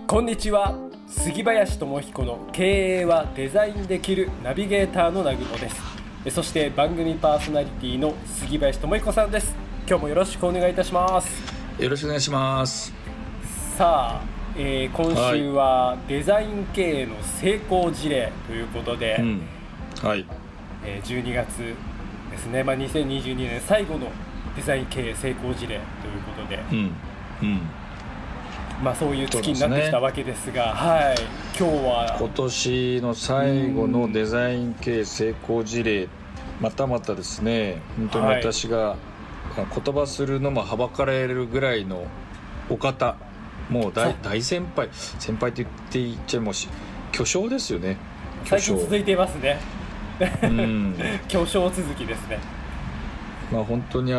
こんにちは。杉林智彦の経営はデザインできるナビゲーターの南雲です。そして番組パーソナリティの杉林智彦さんです。今日もよろしくお願いいたします。 よろしくお願いします。 さあ、今週はデザイン経営の成功事例ということで、12月ですね、2022年最後のデザイン経営成功事例ということで、そういう月になってきたわけですが、今日は今年の最後のデザイン経営成功事例、またまたですね、本当に私が言葉するのもはばかられるぐらいのお方、もう 大先輩って言っちゃいますし、巨匠ですよね。 最近続いていますね。巨匠続きですね。 本当に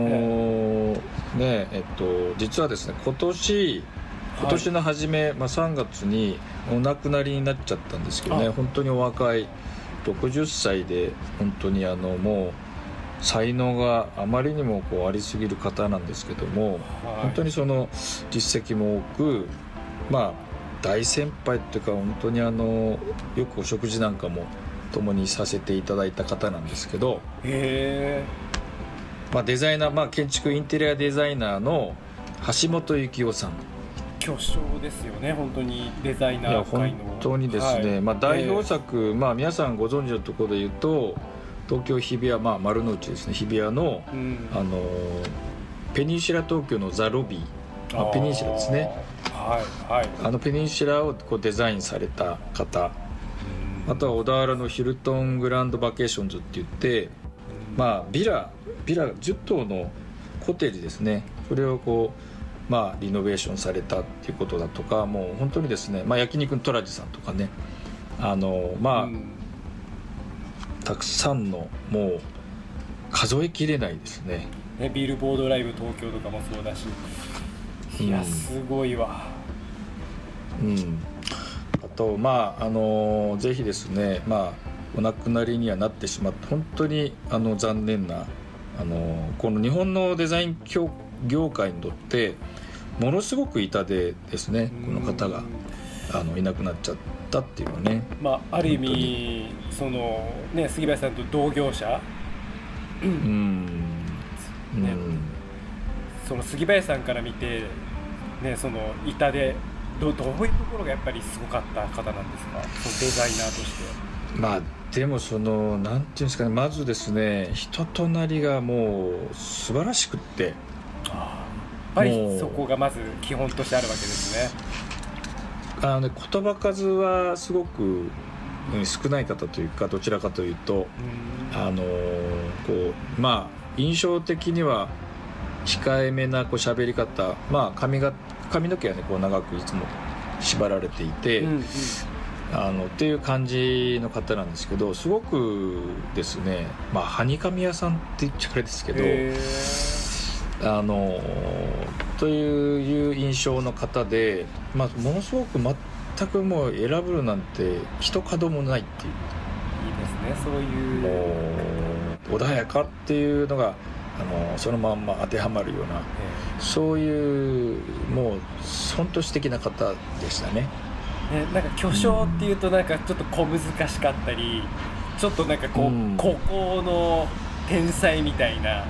実はですね、今年の初め、3月にお亡くなりになっちゃったんですけどね、本当にお若い60歳で、本当にもう才能があまりにもありすぎる方なんですけども、本当にその実績も多く、大先輩っていうか、本当によくお食事なんかも共にさせていただいた方なんですけど、デザイナー、建築インテリアデザイナーの橋本幸夫さん、 巨匠ですよね。本当にデザイナー界の本当にですね、代表作、皆さんご存知のところで言うと、東京日比谷、丸の内ですね、日比谷の、ペニンシュラ東京のザ・ロビー、ペニンシュラですね、ペニンシュラをデザインされた方、あとは小田原のヒルトングランドバケーションズって言って、ビラ10棟のコテージですね、それをリノベーションされたっていうことだとか、もう本当にですね、焼肉のトラジさんとかね、たくさんの、もう数えきれないですね。 ビルボードライブ東京とかもそうだし、いやすごいわ。 あとぜひですね、お亡くなりにはなってしまって本当に残念な、この日本のデザイン業界にとってものすごく痛手ですね、この方がいなくなっちゃったっていうのはね。 ある意味その、杉林さんと同業者、その杉林さんから見て、その痛手どういうところがやっぱりすごかった方なんですか、そのデザイナーとして。 でもなんていうんですかね、まずですね、人となりがもう素晴らしくって、 やっぱりそこがまず基本としてあるわけですね。 言葉数はすごく少ない方というか、どちらかというと印象的には控えめな喋り方、髪の毛はね長くいつも縛られていて、っていう感じの方なんですけど、すごくですね、はにかみ屋さんって言っちゃあれですけど、という印象の方で、ものすごく全くもう選ぶなんて一角もないっていう、 いいですね、そういうもう穏やかっていうのがそのまんま当てはまるような、そういうもう本当素敵な方でしたね。 なんか巨匠っていうとなんかちょっと小難しかったり、ちょっとなんか孤高の天才みたいな、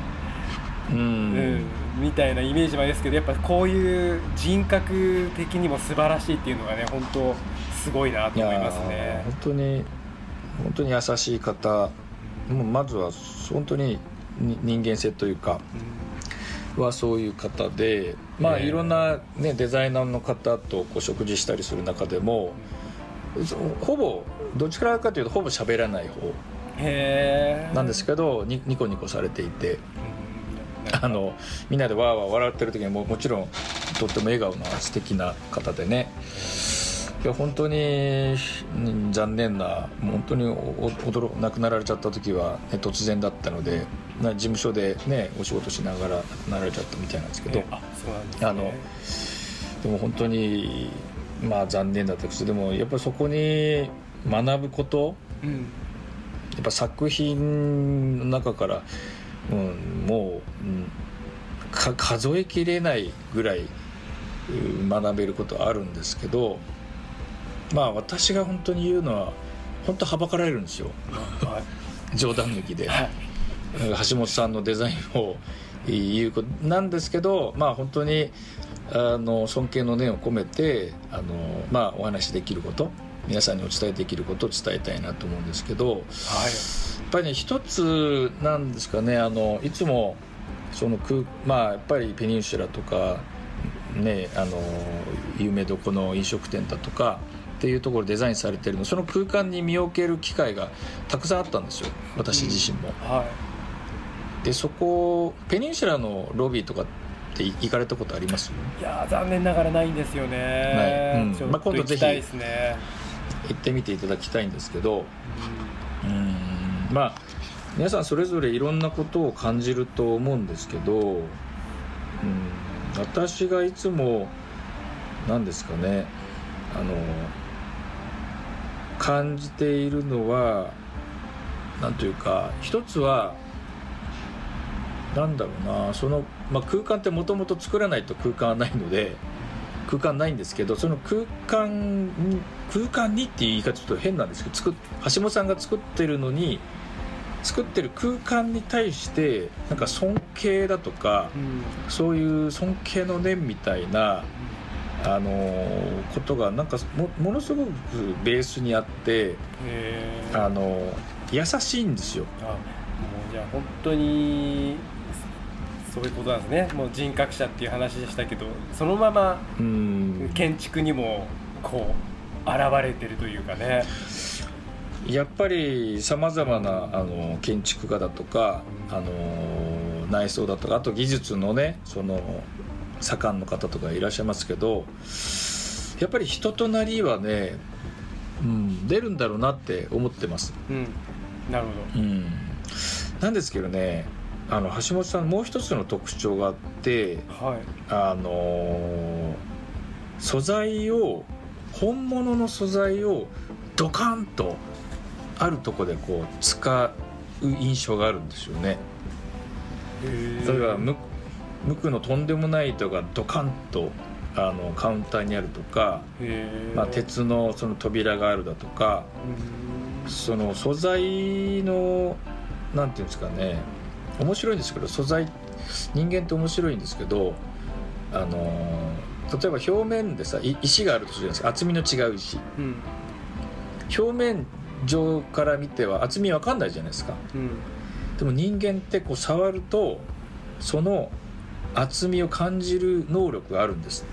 みたいなイメージもありますけど、やっぱこういう人格的にも素晴らしいっていうのがね、本当すごいなと思いますね。 本当に優しい方、まずは本当に人間性というか、はそういう方で、いろんな、デザイナーの方と食事したりする中でも、ほぼどっちからかというとほぼ喋らない方なんですけど、ニコニコされていて、みんなでわーわー笑ってる時にもちろんとっても笑顔な素敵な方でね、いや本当に残念な、本当に亡くなられちゃった時は、突然だったので、事務所で、お仕事しながら亡くなられちゃったみたいなんですけど、 そうなんですね。 でも本当に残念だったです。でもやっぱりそこに学ぶこと、やっぱ作品の中から、もう、数えきれないぐらい学べることはあるんですけど、まあ私が本当に言うのは本当はばかられるんですよ、はい、冗談抜きで、はい、橋本さんのデザインを言うことなんですけど、まあ本当に尊敬の念を込めてまあお話しできること、皆さんにお伝えできることを伝えたいなと思うんですけど、はい、やっぱりね一つなんですかね、いつもまあやっぱりペニンシュラとかね、有名どこの飲食店だとかっていうところデザインされてるの、その空間に身を置ける機会がたくさんあったんですよ、私自身も、はい、でそこペニンシュラのロビーとかって行かれたことあります？ いや残念ながらないんですよね、 ない、 ちょっと行きたいですね、 行ってみていただきたいんですけど、まあ皆さんそれぞれいろんなことを感じると思うんですけど、私がいつも何ですかね、感じているのはなんというか、一つはなんだろうな、まあ、空間ってもともと作らないと空間はないので空間ないんですけど、その空間にっていう言い方ちょっと変なんですけど、橋本さんが作ってる空間に対してなんか尊敬だとか、そういう尊敬の念みたいなことがなんか ものすごくベースにあって優しいんですよ。 もうじゃあ本当にそういうことなんですね。もう人格者っていう話でしたけど、そのまま建築にもこう現れてるというかね。 やっぱりさまざまな建築家だとか内装だとか、あと技術のね盛んの方とかいらっしゃいますけど、やっぱり人となりはね、出るんだろうなって思ってます、 なるほど、 なんですけどね、橋本さんもう一つの特徴があって、はい、本物の素材をドカンとあるとこでこう使う印象があるんですよね。例えば無垢のとんでもない糸がドカンとカウンターにあるとか、まあ、鉄のその扉があるだとか、その素材のなんていうんですかね、面白いんですけど、人間って面白いんですけど、例えば表面でさ石があるとするじゃないですか、厚みの違う石、表面上から見ては厚み分かんないじゃないですか、でも人間ってこう触るとその厚みを感じる能力があるんですって。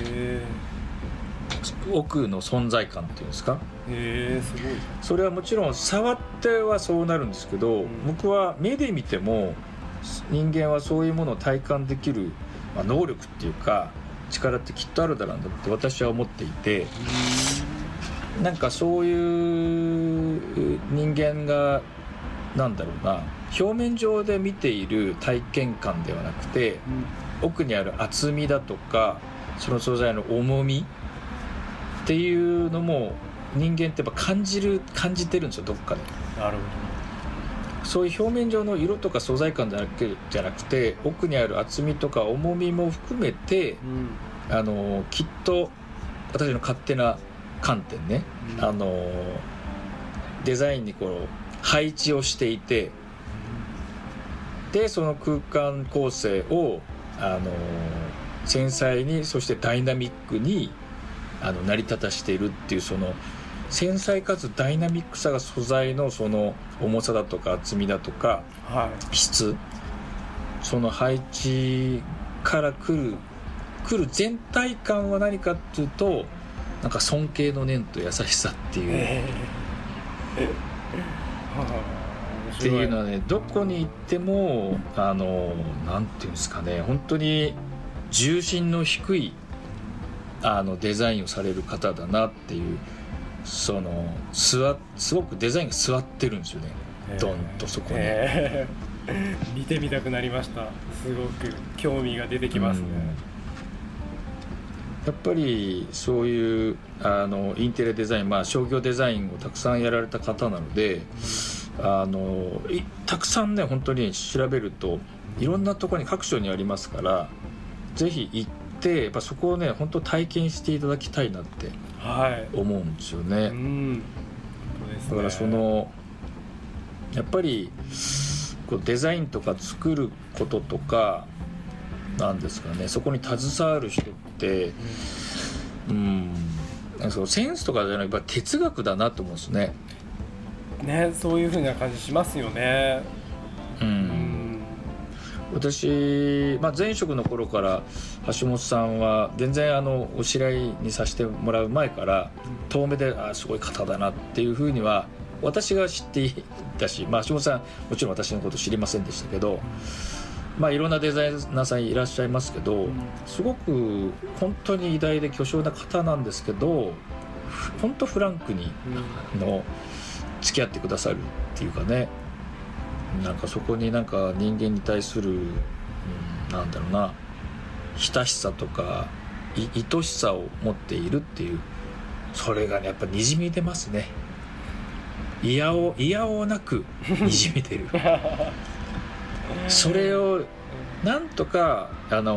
奥の存在感っていうんですか。 すごい。 それはもちろん触ってはそうなるんですけど、僕は目で見ても人間はそういうものを体感できる、能力っていうか力ってきっとあるだろうなって私は思っていて、なんかそういう人間がなんだろうな、表面上で見ている体験感ではなくて、奥にある厚みだとかその素材の重みっていうのも人間ってやっぱ感じてるんですよ、どっかで。 なるほど。そういう表面上の色とか素材感じゃなくて、奥にある厚みとか重みも含めて、きっと私の勝手な観点ね、デザインにこう配置をしていて、でその空間構成を繊細に、そしてダイナミックに成り立たしているっていう、その繊細かつダイナミックさが素材のその重さだとか厚みだとか、質、その配置から来る全体感は何かっていうと、なんか尊敬の念と優しさっていう、っていうのはね、どこに行ってもなんていうんですかね、本当に重心の低いデザインをされる方だなっていう、すごくデザインが座ってるんですよね、ドンとそこに。 見てみたくなりました。すごく興味が出てきますね。 やっぱりそういうインテリアデザイン、商業デザインをたくさんやられた方なので、たくさんね本当に調べるといろんなところに各所にありますから、ぜひ行っってやっぱそこをね本当体験していただきたいなって思うんですよね、だからそのやっぱりこうデザインとか作ることとかなんですかね、そこに携わる人ってそのセンスとかじゃなくて哲学だなと思うんですね。 そういう風な感じしますよね。 私、前職の頃から橋本さんは全然お知り合いにさせてもらう前から遠目ですごい方だなっていう風には私が知っていたし、橋本さんもちろん私のこと知りませんでしたけど、いろんなデザイナーさんいらっしゃいますけど、すごく本当に偉大で巨匠な方なんですけど、本当フランクに付き合ってくださるっていうかね、なんかそこになんか人間に対する、なんだろうな、親しさとか愛しさを持っているっていう、それがねやっぱにじみ出ますね。いやおなくにじみ出るそれをなんとか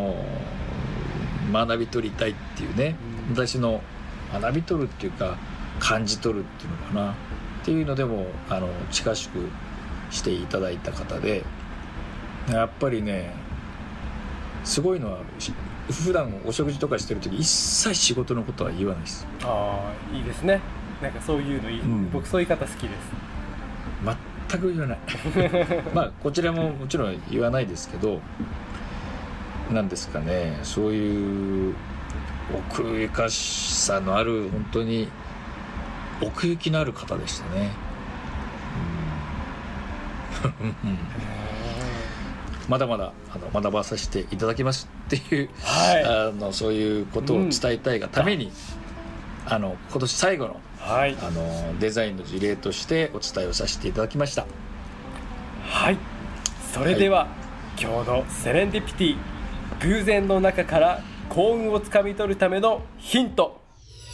学び取りたいっていうね、私の学び取るっていうか感じ取るっていうのかなっていうのでも近しくしていただいた方で、やっぱりねすごいのは普段お食事とかしてる時一切仕事のことは言わないです。 いいですね。なんかそういうのいい、僕そういう方好きです。 全く言わないこちらももちろん言わないですけど、なんですかね、そういう奥ゆかしさのある本当に奥行きのある方でしたね。まだまだ学ばさせていただきますっていう、そういうことを伝えたいがために、今年最後の、デザインの事例としてお伝えをさせていただきました。 それでは、今日のセレンディピティ、偶然の中から幸運をつかみ取るためのヒント。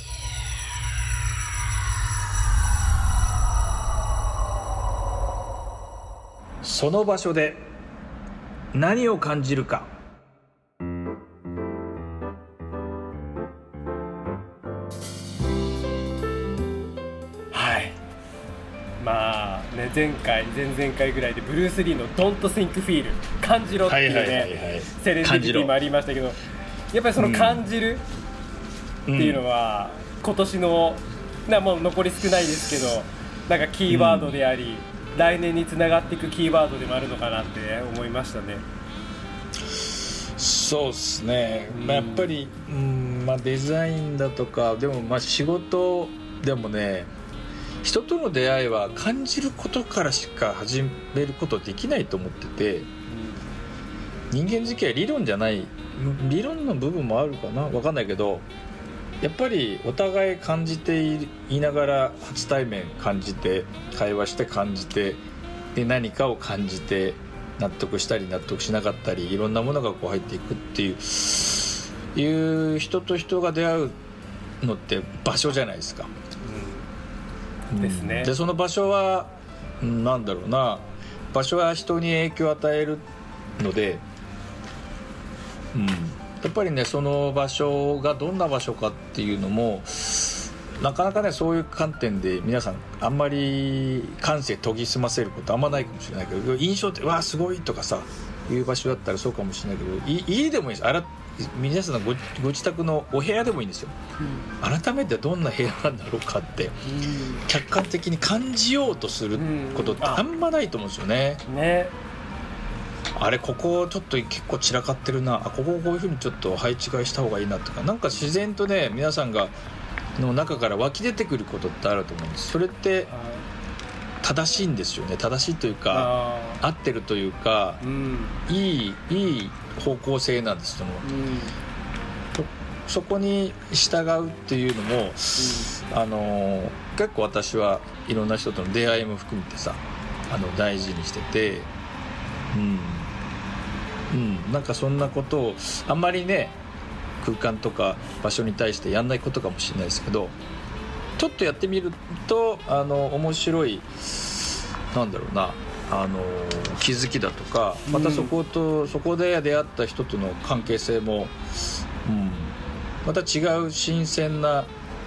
その場所で何を感じるか。 前々回ぐらいでブルース・リーの Don't Think Feel 感じろっていうね、セレンディピティもありましたけど、やっぱりその感じるっていうのは、今年のもう残り少ないですけど、なんかキーワードであり、来年につながっていくキーワードでもあるのかなって思いましたね。 そうですね、やっぱり、デザインだとかでも仕事でもね、人との出会いは感じることからしか始めることできないと思ってて、人間付き合い理論じゃない、理論の部分もあるかな、分かんないけど、やっぱりお互い感じていながら初対面感じて会話して感じて、で何かを感じて納得したり納得しなかったり、いろんなものがこう入っていくっていう人と人が出会うのって場所じゃないですか。 ですね。 でその場所はなんだろうな、場所は人に影響を与えるので、やっぱりねその場所がどんな場所かっていうのもなかなかね、そういう観点で皆さんあんまり感性研ぎ澄ませることあんまないかもしれないけど、印象ってわあすごいとかさいう場所だったらそうかもしれないけど、家でもいいです。皆さんの ご自宅のお部屋でもいいんですよ、改めてどんな部屋なんだろうかって客観的に感じようとすることってあんまないと思うんですよね。あれここちょっと結構散らかってるな、ここをこういう風にちょっと配置換えした方がいいなとか、なんか自然とね皆さんがの中から湧き出てくることってあると思うんです。それって正しいんですよね。正しいというか合ってるというか、いい方向性なんです。そこに従うっていうのも、結構私はいろんな人との出会いも含めてさ大事にしてて、なんかそんなことをあんまりね空間とか場所に対してやんないことかもしれないですけど、ちょっとやってみると面白い、なんだろうな、気づきだとか、またそこで出会った人との関係性も、 また違う新鮮な、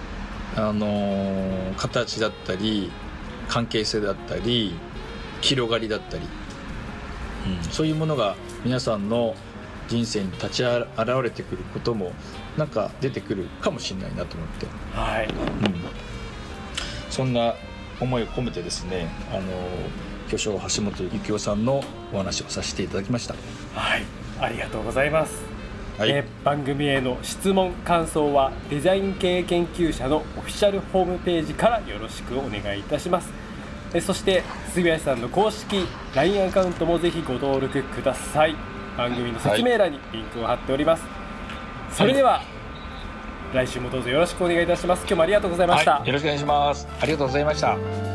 形だったり関係性だったり広がりだったり、そういうものが皆さんの人生に立ち現れてくることもなんか出てくるかもしれないなと思って、 はい、 そんな思いを込めてですね、巨匠橋本幸夫さんのお話をさせていただきました。 はい、ありがとうございます。 はい、 番組への質問感想はデザイン系研究者のオフィシャルホームページからよろしくお願いいたします。そして杉林さんの公式 LINE アカウントもぜひご登録ください。番組の説明欄にリンクを貼っております。それでは、来週もどうぞよろしくお願いいたします。今日もありがとうございました。 よろしくお願いします。ありがとうございました。